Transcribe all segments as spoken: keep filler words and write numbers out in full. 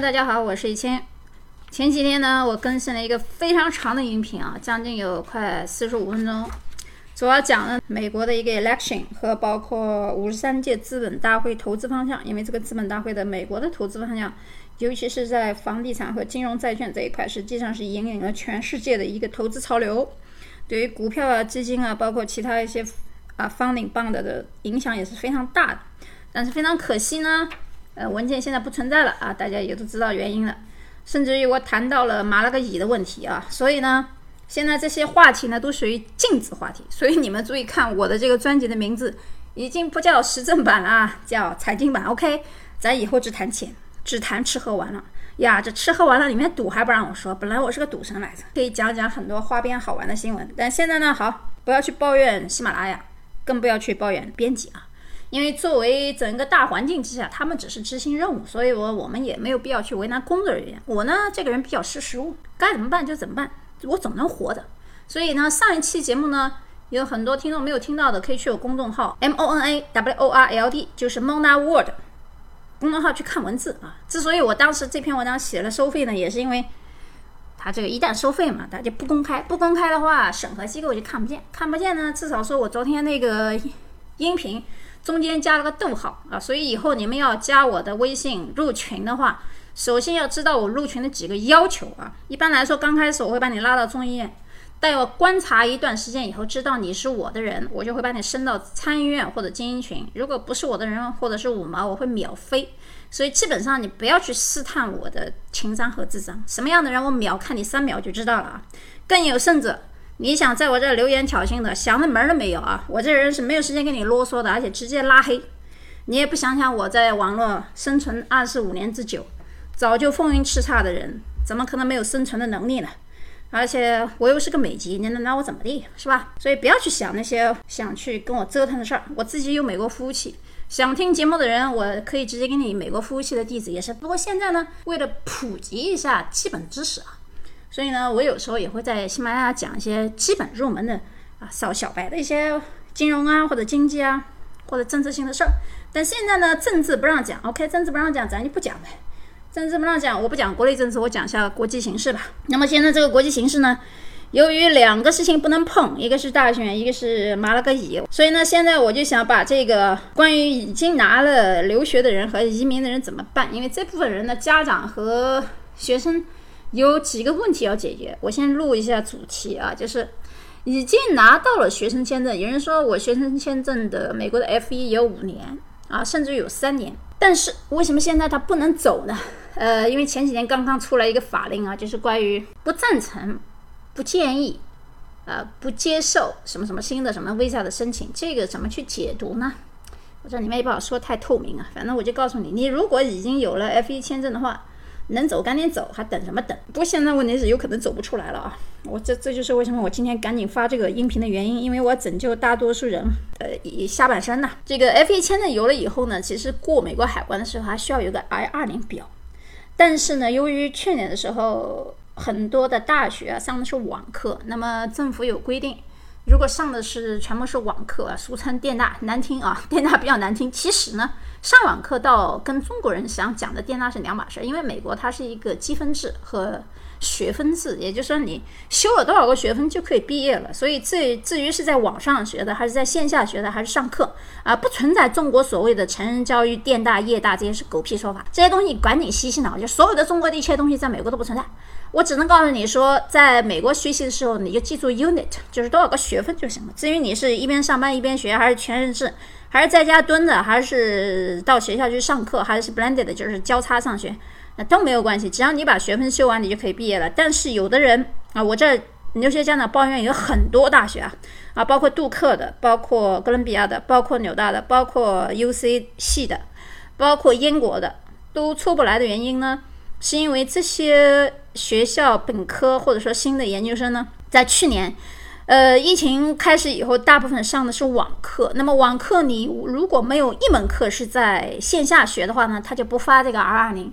大家好，我是一千。前几天呢，我更新了一个非常长的音频啊，将近有快四十五分钟，主要讲了美国的一个 election 和包括五十三届资本大会投资方向。因为这个资本大会的美国的投资方向，尤其是在房地产和金融债券这一块，实际上是引领了全世界的一个投资潮流。对于股票啊、基金啊，包括其他一些啊 funding bond 的影响也是非常大的。但是非常可惜呢，呃，文件现在不存在了啊，大家也都知道原因了。甚至于我谈到了马拉个乙的问题啊，所以呢，现在这些话题呢都属于禁止话题。所以你们注意看我的这个专辑的名字，已经不叫时政版了啊，叫财经版。OK， 咱以后只谈钱，只谈吃喝玩乐呀。这吃喝玩乐里面赌还不让我说，本来我是个赌神来着，可以讲讲很多花边好玩的新闻。但现在呢，好，不要去抱怨喜马拉雅，更不要去抱怨编辑啊。因为作为整个大环境之下，他们只是执行任务，所以我我们也没有必要去为难工作人员。我呢，这个人比较识时务，该怎么办就怎么办，我总能活着。所以呢，上一期节目呢，有很多听众没有听到的，可以去我公众号 M O N A W O R L D， 就是 Mona World 公众号去看文字啊。之所以我当时这篇文章写了收费呢，也是因为他这个一旦收费嘛，他就不公开，不公开的话，审核机构就看不见，看不见呢，至少说我昨天那个音频中间加了个逗号啊，所以以后你们要加我的微信入群的话，首先要知道我入群的几个要求啊。一般来说，刚开始我会把你拉到众议院，待我观察一段时间以后，知道你是我的人，我就会把你升到参议院或者精英群。如果不是我的人或者是五毛，我会秒飞。所以基本上你不要去试探我的情商和智商，什么样的人我秒看你三秒就知道了啊。更有甚者，你想在我这留言挑衅的，想的门都没有啊！我这人是没有时间跟你啰嗦的，而且直接拉黑。你也不想想我在网络生存二十五年之久，早就风云叱咤的人，怎么可能没有生存的能力呢？而且我又是个美籍，你能拿我怎么地，是吧？所以不要去想那些想去跟我折腾的事儿。我自己有美国服务器，想听节目的人，我可以直接给你美国服务器的地址也是。不过现在呢，为了普及一下基本知识啊。所以呢，我有时候也会在喜马拉雅讲一些基本入门的啊，小小白的一些金融啊，或者经济啊，或者政治性的事儿。但现在呢，政治不让讲 ，OK， 政治不让讲，咱就不讲呗。政治不让讲，我不讲国内政治，我讲一下国际形势吧。那么现在这个国际形势呢，由于两个事情不能碰，一个是大选，一个是马拉个乙，所以呢，现在我就想把这个关于已经拿了留学的人和移民的人怎么办，因为这部分人的家长和学生有几个问题要解决。我先录一下主题啊，就是已经拿到了学生签证，有人说我学生签证的美国的 F 一 有五年啊，甚至有三年，但是为什么现在他不能走呢？呃，因为前几年刚刚出来一个法令啊，就是关于不赞成、不建议、呃不接受什么什么新的什么 visa 的申请，这个怎么去解读呢？我这里面也不好说太透明啊，反正我就告诉你，你如果已经有了 F 一 签证的话，能走赶紧走，还等什么等？不过现在问题是有可能走不出来了啊！我这这就是为什么我今天赶紧发这个音频的原因，因为我要拯救大多数人，呃，以下半身呐。这个 F 一 签证有了以后呢，其实过美国海关的时候还需要有个 I 二零 表，但是呢，由于去年的时候很多的大学啊上的是网课，那么政府有规定，如果上的是全部是网课啊，俗称电大，难听啊，电大比较难听。其实呢，上网课到跟中国人想讲的电大是两码事，因为美国它是一个积分制和学分制，也就是说你修了多少个学分就可以毕业了。所以至至于是在网上学的，还是在线下学的，还是上课啊，不存在中国所谓的成人教育、电大、业大，这些是狗屁说法。这些东西管你洗洗脑，就所有的中国的一切东西在美国都不存在。我只能告诉你说，在美国学习的时候，你就记住 unit， 就是多少个学分就行了。至于你是一边上班一边学，还是全日制，还是在家蹲着，还是到学校去上课，还是 blended， 就是交叉上学，那都没有关系。只要你把学分修完，你就可以毕业了。但是有的人啊，我这留学家长抱怨有很多大学啊，啊，包括杜克的，包括哥伦比亚的，包括纽大的，包括 U C 系的，包括英国的，都出不来的原因呢，是因为这些学校本科或者说新的研究生呢，在去年呃，疫情开始以后，大部分上的是网课。那么网课你如果没有一门课是在线下学的话呢，他就不发这个 R 二零。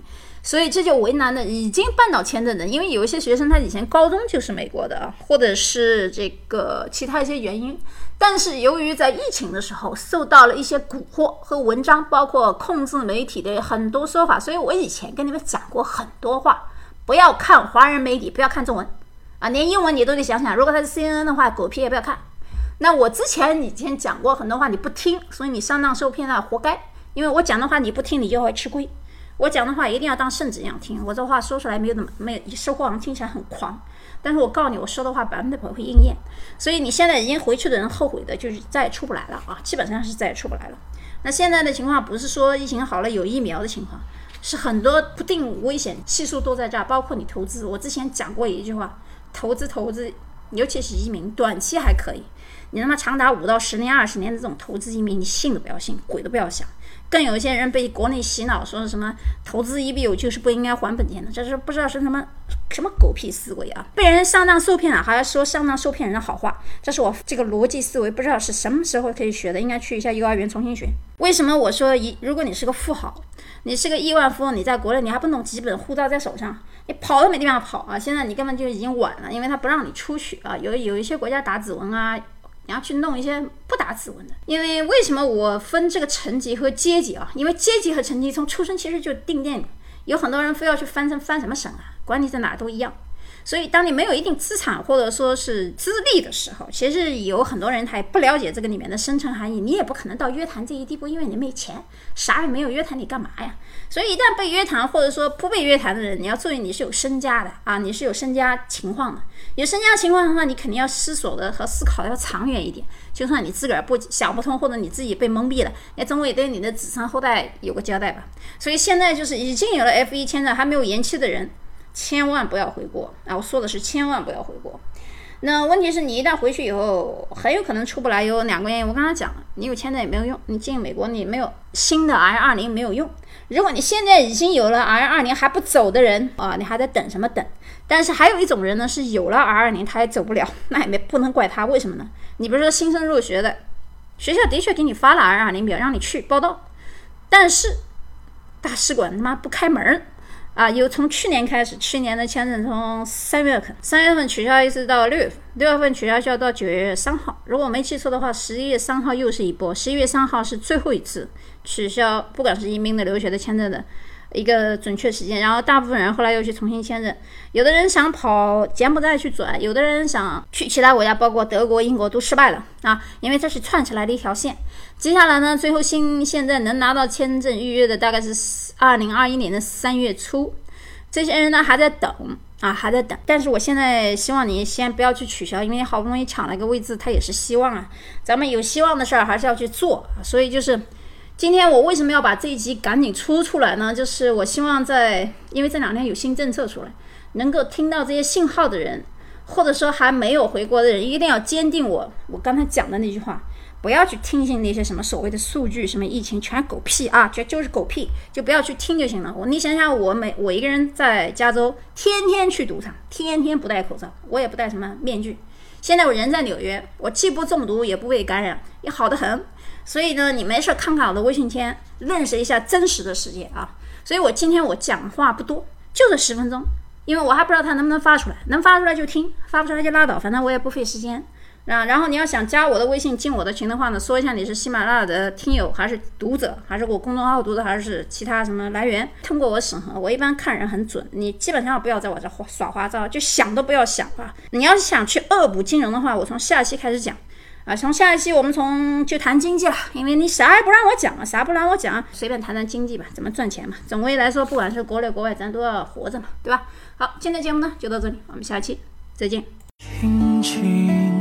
所以这就为难了已经办到签证的，因为有一些学生他以前高中就是美国的，或者是这个其他一些原因，但是由于在疫情的时候受到了一些蛊惑和文章，包括控制媒体的很多说法，所以我以前跟你们讲过很多话，不要看华人媒体，不要看中文啊，连英文你都得想想，如果它是 C N N 的话，狗屁也不要看。那我之前以前讲过很多话你不听，所以你上当受骗了，活该。因为我讲的话你不听，你就会吃亏。我讲的话一定要当圣旨一样听，我这话说出来没有那么没有，说话听起来很狂，但是我告诉你，我说的话百分之百会应验。所以你现在已经回去的人后悔的就是再也出不来了啊，基本上是再也出不来了。那现在的情况不是说疫情好了有疫苗的情况，是很多不定危险系数都在这儿，包括你投资。我之前讲过一句话，投资投资，尤其是移民，短期还可以，你他妈长达五到十年、二十年的这种投资移民，你信都不要信，鬼都不要想。更有一些人被国内洗脑，说是什么投资一笔有就是不应该还本钱的，这是不知道是什么什么狗屁思维啊！被人上当受骗了，还要说上当受骗人的好话，这是我这个逻辑思维不知道是什么时候可以学的，应该去一下幼儿园重新学。为什么我说一，如果你是个富豪，你是个亿万富翁，你在国内你还不弄几本护照在手上，你跑都没地方跑啊！现在你根本就已经晚了，因为他不让你出去啊，有有一些国家打指纹啊。你要去弄一些不打指纹的，因为为什么我分这个层级和阶级啊？因为阶级和层级从出生其实就定定了，有很多人非要去翻身翻什么省啊，管你在哪都一样。所以当你没有一定资产或者说是资历的时候，其实有很多人他也不了解这个里面的深层含义，你也不可能到约谈这一地步，因为你没钱，啥也没有，约谈你干嘛呀？所以一旦被约谈或者说不被约谈的人，你要注意你是有身家的啊，你是有身家情况的。有身家情况的话，你肯定要思索的和思考的要长远一点。就算你自个儿不想不通，或者你自己被蒙蔽了，也总会对你的子孙后代有个交代吧。所以现在就是已经有了 F 一 签证还没有延期的人，千万不要回国啊！我说的是千万不要回国。那问题是你一旦回去以后，很有可能出不来，有两个原因。我刚才讲了，你有签证也没有用，你进美国你没有新的 I 二零 没有用。如果你现在已经有了 I 二零 还不走的人啊，你还在等什么等？但是还有一种人呢，是有了 I 二零 他也走不了，那也没不能怪他，为什么呢？你比如说新生入学的，学校的确给你发了 I 二零 表让你去报到，但是大使馆他妈不开门啊！有从去年开始，去年的签证从三月份，三月份取消一直到六月份，六月份取消需要到九月三号。如果我没记错的话，十一月三号又是一波，十一月三号是最后一次取消，不管是移民的、留学的签证的一个准确时间。然后大部分人后来又去重新签证，有的人想跑柬埔寨去转，有的人想去其他国家，包括德国、英国都失败了啊，因为这是串起来的一条线。接下来呢，最后新现在能拿到签证预约的大概是二零二一年的三月初，这些人呢还在等啊，还在等。但是我现在希望你先不要去取消，因为好不容易抢了一个位置，它也是希望啊。咱们有希望的事儿还是要去做，所以就是今天我为什么要把这一集赶紧出出来呢？就是我希望在，因为这两天有新政策出来，能够听到这些信号的人，或者说还没有回国的人，一定要坚定我我刚才讲的那句话。不要去听信那些什么所谓的数据，什么疫情全狗屁啊，这就是狗屁，就不要去听就行了。我你想想，我每我一个人在加州，天天去赌场，天天不戴口罩，我也不戴什么面具。现在我人在纽约，我既不中毒，也不被感染，也好得很。所以呢，你没事看看我的微信签，认识一下真实的世界啊。所以我今天我讲话不多，就是十分钟，因为我还不知道它能不能发出来，能发出来就听，发不出来就拉倒，反正我也不费时间。啊，然后你要想加我的微信进我的群的话呢，说一下你是喜马拉雅的听友，还是读者，还是我公众号读者，还是其他什么来源，通过我审核。我一般看人很准，你基本上不要在我这耍花招，就想都不要想啊！你要是想去恶补金融的话，我从下期开始讲啊，从下一期我们从就谈经济了，因为你啥也不让我讲啊，啥不让我讲，随便谈谈经济吧，怎么赚钱嘛。总归来说，不管是国内国外，咱都要活着嘛，对吧？好，今天的节目呢就到这里，我们下期再见。 轻轻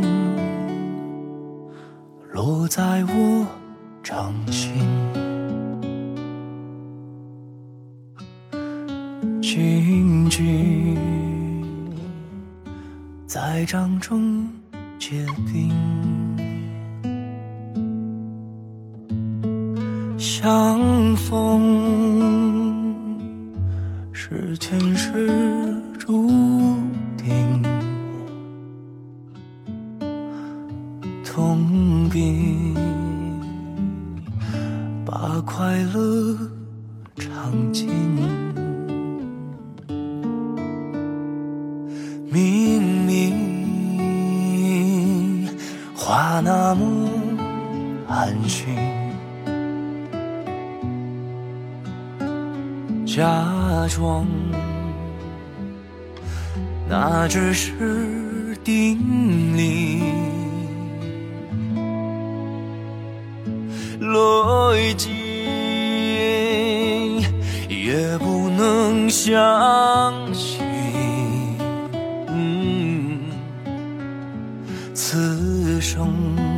落在我掌心，静静在掌中结冰，相逢是前世注定，痛并把快乐尝尽。 画那幕安心，假装那只是定理，逻辑也不能相信。嗯，此生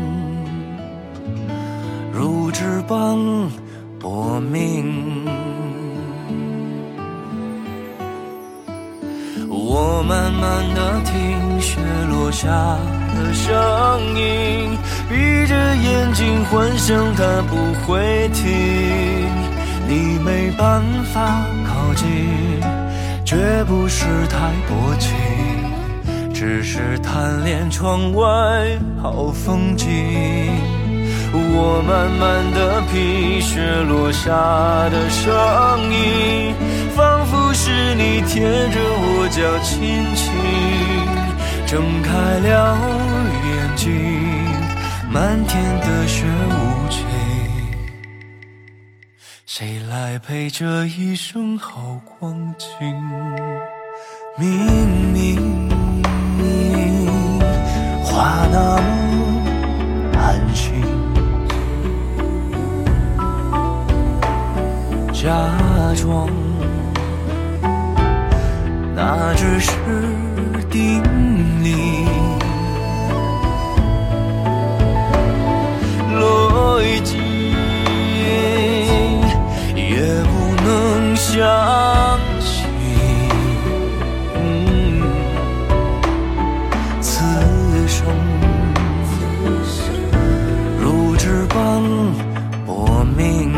如纸般薄命，我慢慢地听雪落下的声音，闭着眼睛幻想它不会停。你没办法靠近，绝不是太薄情，只是贪恋窗外好风景。我慢慢地品雪落下的声音，仿佛是你贴着我脚轻轻睁开了眼睛，漫天的雪无情，谁来陪这一生好光景？明明画那幕安心，假装那只是定理，逻辑也不能相信。嗯，此生如纸般薄命，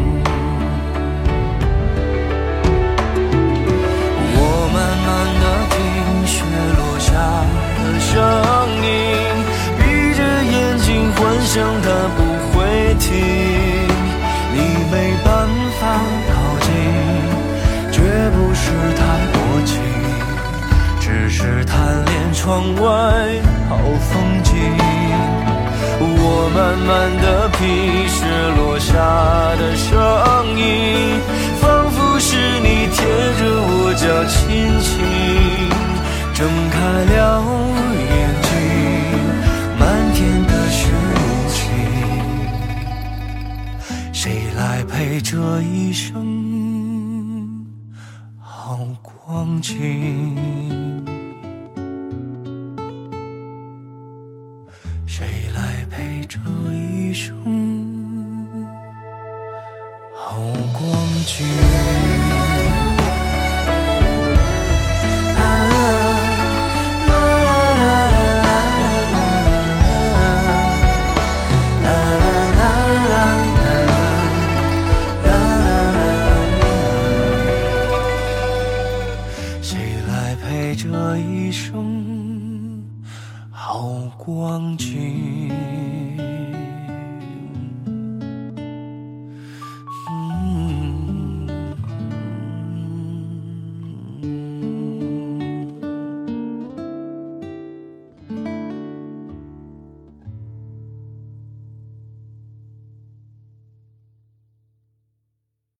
声音，闭着眼睛幻想它不会停。你没办法靠近，绝不是太薄情，只是贪恋窗外好风景。我慢慢地品雪落下的声音，仿佛是你贴着我脚轻轻睁开了眼睛，漫天的雪无情，谁来陪这一生好光景？谁来陪这一生好光景？这一生好光景。